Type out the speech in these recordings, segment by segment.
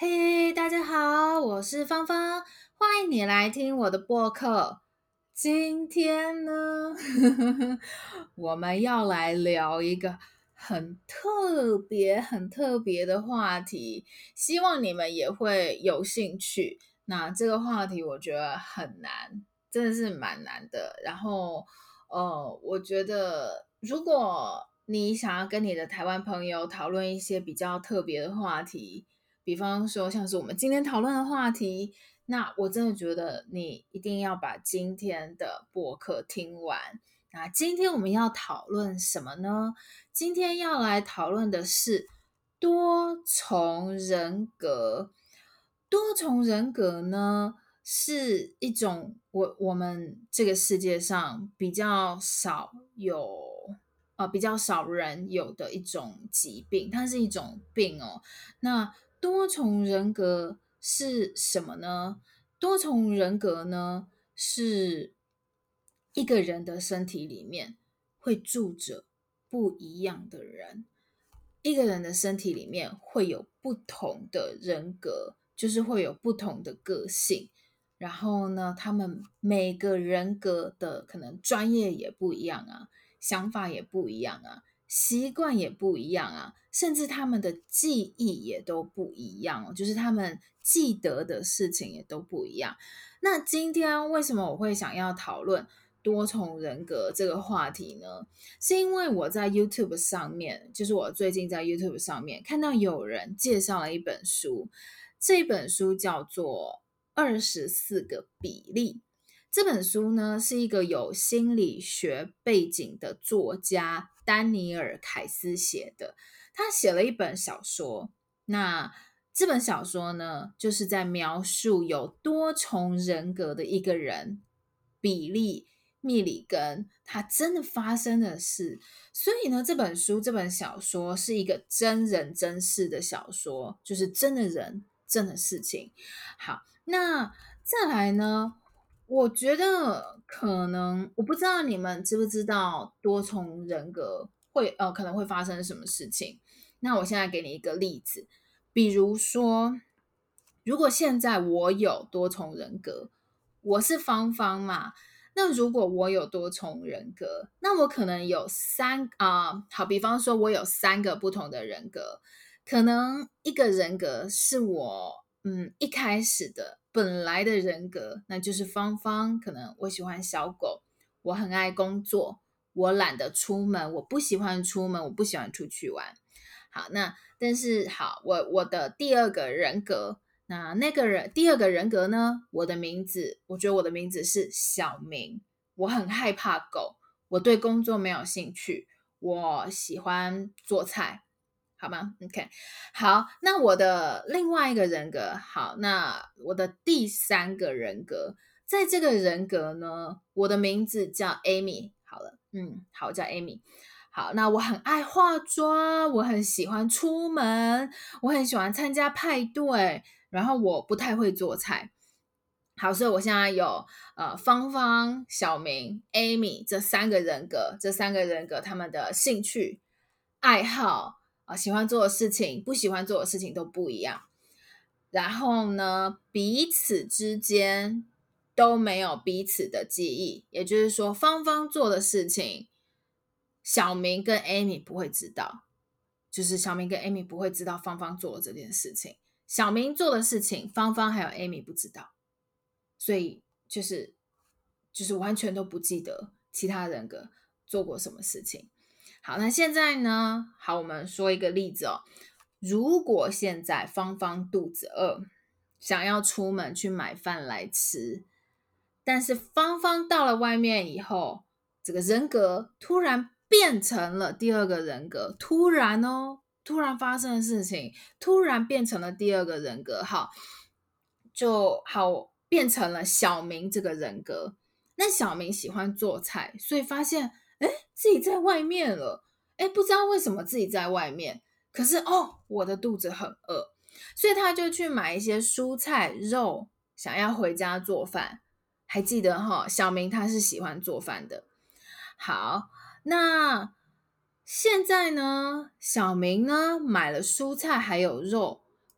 嘿，大家好，我是芳芳，欢迎你来听我的播客。今天呢，我们要来聊一个很特别的话题，希望你们也会有兴趣。那这个话题我觉得很难，真的是蛮难的。然后，我觉得如果你想要跟你的台湾朋友讨论一些比较特别的话题，比方说像是我们今天讨论的话题，那我真的觉得你一定要把今天的播客听完。那今天我们要讨论什么呢？今天要来讨论的是多重人格。多重人格呢，是一种我们这个世界上比较少人有的一种疾病，它是一种病哦。那多重人格是什么呢？多重人格呢，是一个人的身体里面会住着不一样的人，一个人的身体里面会有不同的人格，就是会有不同的个性。然后呢，他们每个人格的可能专业也不一样啊，想法也不一样啊，习惯也不一样啊，甚至他们的记忆也都不一样哦，就是他们记得的事情也都不一样。那今天为什么我会想要讨论多重人格这个话题呢？是因为我在 YouTube 上面，就是我最近在 YouTube 上面看到有人介绍了一本书，这本书叫做《24个比例》。这本书呢，是一个有心理学背景的作家丹尼尔·凯斯写的。他写了一本小说，那这本小说呢，就是在描述有多重人格的一个人，比利·密里根，他真的发生的事。所以呢，这本小说是一个真人真事的小说，就是真的人真的事情。好，那再来呢？我觉得可能，我不知道你们知不知道多重人格可能会发生什么事情。那我现在给你一个例子，比如说，如果现在我有多重人格，我是芳芳嘛，那如果我有多重人格，那我可能有好，比方说我有3个不同的人格，可能一个人格是我一开始的本来的人格，那就是芳芳，可能我喜欢小狗，我很爱工作，我懒得出门，我不喜欢出门，我不喜欢出去玩。好，但是好，我的第二个人格，第二个人格呢，我觉得我的名字是小明，我很害怕狗，我对工作没有兴趣，我喜欢做菜，好吗？OK，好，那我的另外一个人格，好，那我的第三个人格，在这个人格呢，我的名字叫 Amy，好了，好，我叫 Amy。好，那我很爱化妆，我很喜欢出门，我很喜欢参加派对，然后我不太会做菜。好，所以我现在有芳芳、小明、Amy 这三个人格他们的兴趣、爱好喜欢做的事情、不喜欢做的事情都不一样。然后呢，彼此之间都没有彼此的记忆，也就是说，芳芳做的事情，小明跟 Amy 不会知道，就是小明跟 Amy 不会知道芳芳做了这件事情，小明做的事情，芳芳还有 Amy 不知道。所以就是完全都不记得其他人格做过什么事情。好，那现在呢？好，我们说一个例子哦。如果现在芳芳肚子饿，想要出门去买饭来吃，但是芳芳到了外面以后，这个人格突然变成了第二个人格，突然发生的事情，突然变成了第二个人格。好变成了小明这个人格。那小明喜欢做菜，所以发现自己在外面了，不知道为什么自己在外面，可是我的肚子很饿，所以他就去买一些蔬菜肉，想要回家做饭。还记得小明他是喜欢做饭的。好，那现在呢，小明呢买了蔬菜还有肉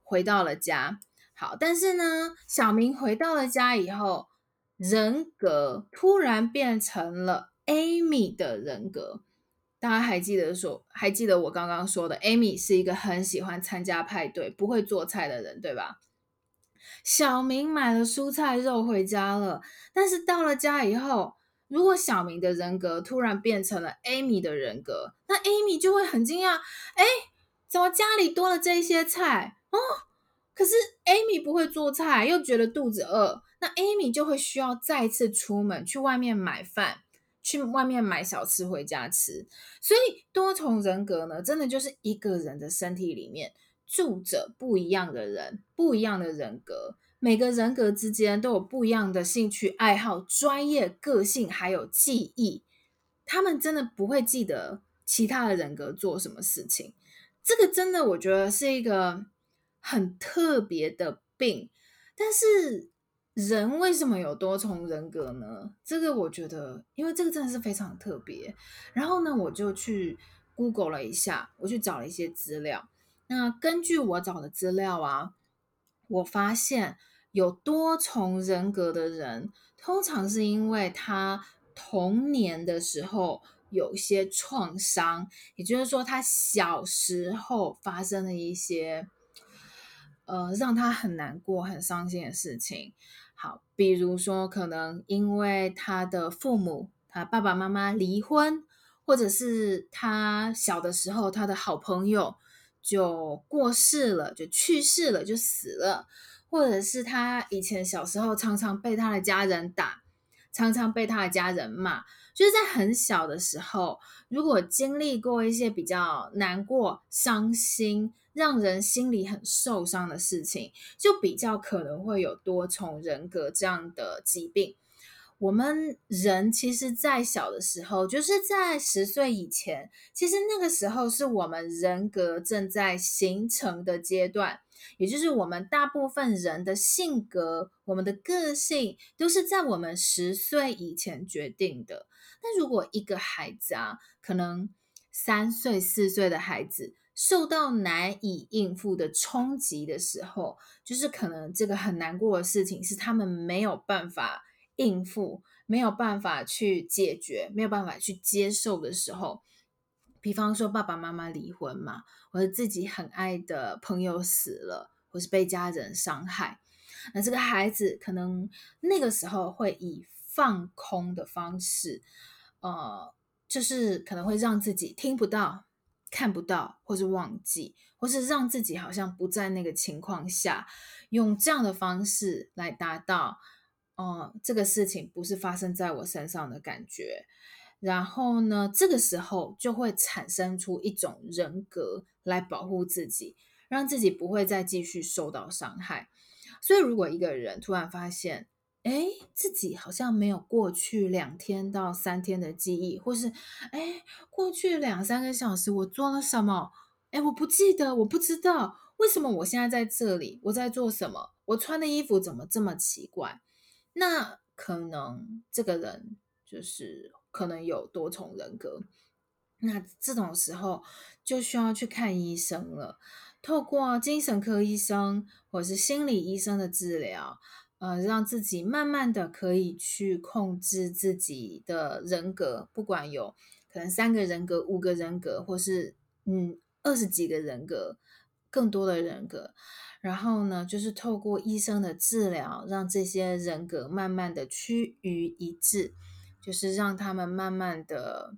回到了家。好，但是呢，小明回到了家以后，人格突然变成了 Amy 的人格。大家还记得我刚刚说的 Amy 是一个很喜欢参加派对、不会做菜的人，对吧？小明买了蔬菜肉回家了，但是到了家以后，如果小明的人格突然变成了 Amy 的人格，那 Amy 就会很惊讶，哎，怎么家里多了这些菜？哦，可是 Amy 不会做菜，又觉得肚子饿，那 Amy 就会需要再次出门去外面买饭，去外面买小吃回家吃。所以多重人格呢，真的就是一个人的身体里面住着不一样的人，不一样的人格。每个人格之间都有不一样的兴趣爱好、专业、个性，还有记忆。他们真的不会记得其他的人格做什么事情。这个真的我觉得是一个很特别的病。但是人为什么有多重人格呢？这个我觉得，因为这个真的是非常特别。然后呢，我就去 Google 了一下，我去找了一些资料。那根据我找的资料啊，我发现有多重人格的人，通常是因为他童年的时候有一些创伤，也就是说，他小时候发生了一些让他很难过、很伤心的事情。好，比如说，可能因为他的父母，他爸爸妈妈离婚，或者是他小的时候，他的好朋友就过世了，就去世了，就死了，或者是他以前小时候常常被他的家人打，常常被他的家人骂，就是在很小的时候，如果经历过一些比较难过、伤心，让人心里很受伤的事情，就比较可能会有多重人格这样的疾病。我们人其实在小的时候，就是在10岁以前，其实那个时候是我们人格正在形成的阶段，也就是我们大部分人的性格、我们的个性都是在我们10岁以前决定的。但如果一个孩子啊，可能3岁、4岁的孩子受到难以应付的冲击的时候，就是可能这个很难过的事情是他们没有办法应付，没有办法去解决，没有办法去接受的时候，比方说爸爸妈妈离婚嘛，或者自己很爱的朋友死了，或是被家人伤害，那这个孩子可能那个时候会以放空的方式，就是可能会让自己听不到、看不到，或是忘记，或是让自己好像不在那个情况下，用这样的方式来达到，这个事情不是发生在我身上的感觉。然后呢，这个时候就会产生出一种人格来保护自己，让自己不会再继续受到伤害。所以，如果一个人突然发现，哎，自己好像没有过去2天到3天的记忆，或是过去2、3个小时我做了什么？我不记得，我不知道为什么我现在在这里，我在做什么？我穿的衣服怎么这么奇怪？那可能这个人就是可能有多重人格。那这种时候就需要去看医生了，透过精神科医生或是心理医生的治疗，让自己慢慢的可以去控制自己的人格，不管有可能3个人格、5个人格，或是20几个人格，更多的人格。然后呢，就是透过医生的治疗，让这些人格慢慢的趋于一致，就是让他们慢慢的，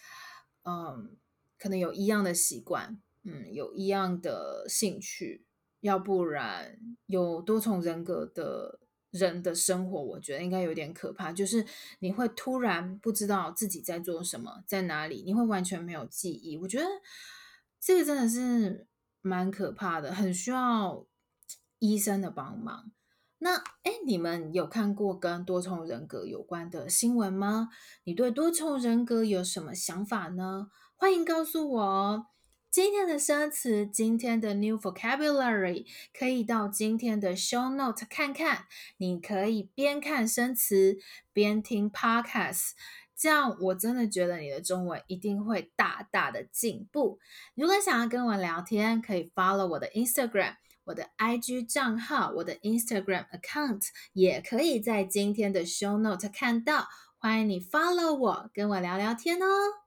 可能有一样的习惯，有一样的兴趣，要不然有多重人格的人的生活，我觉得应该有点可怕，就是你会突然不知道自己在做什么，在哪里，你会完全没有记忆。我觉得这个真的是蛮可怕的，很需要医生的帮忙。那你们有看过跟多重人格有关的新闻吗？你对多重人格有什么想法呢？欢迎告诉我哦。今天的生词，今天的 new vocabulary，可以到今天的 show note 看看。你可以边看生词边听 podcast，这样我真的觉得你的中文一定会大大的进步。如果想要跟我聊天，可以 follow 我的 Instagram。 我的 IG 账号，我的 Instagram account 也可以在今天的 show note 看到。欢迎你 follow 我，跟我聊聊天哦。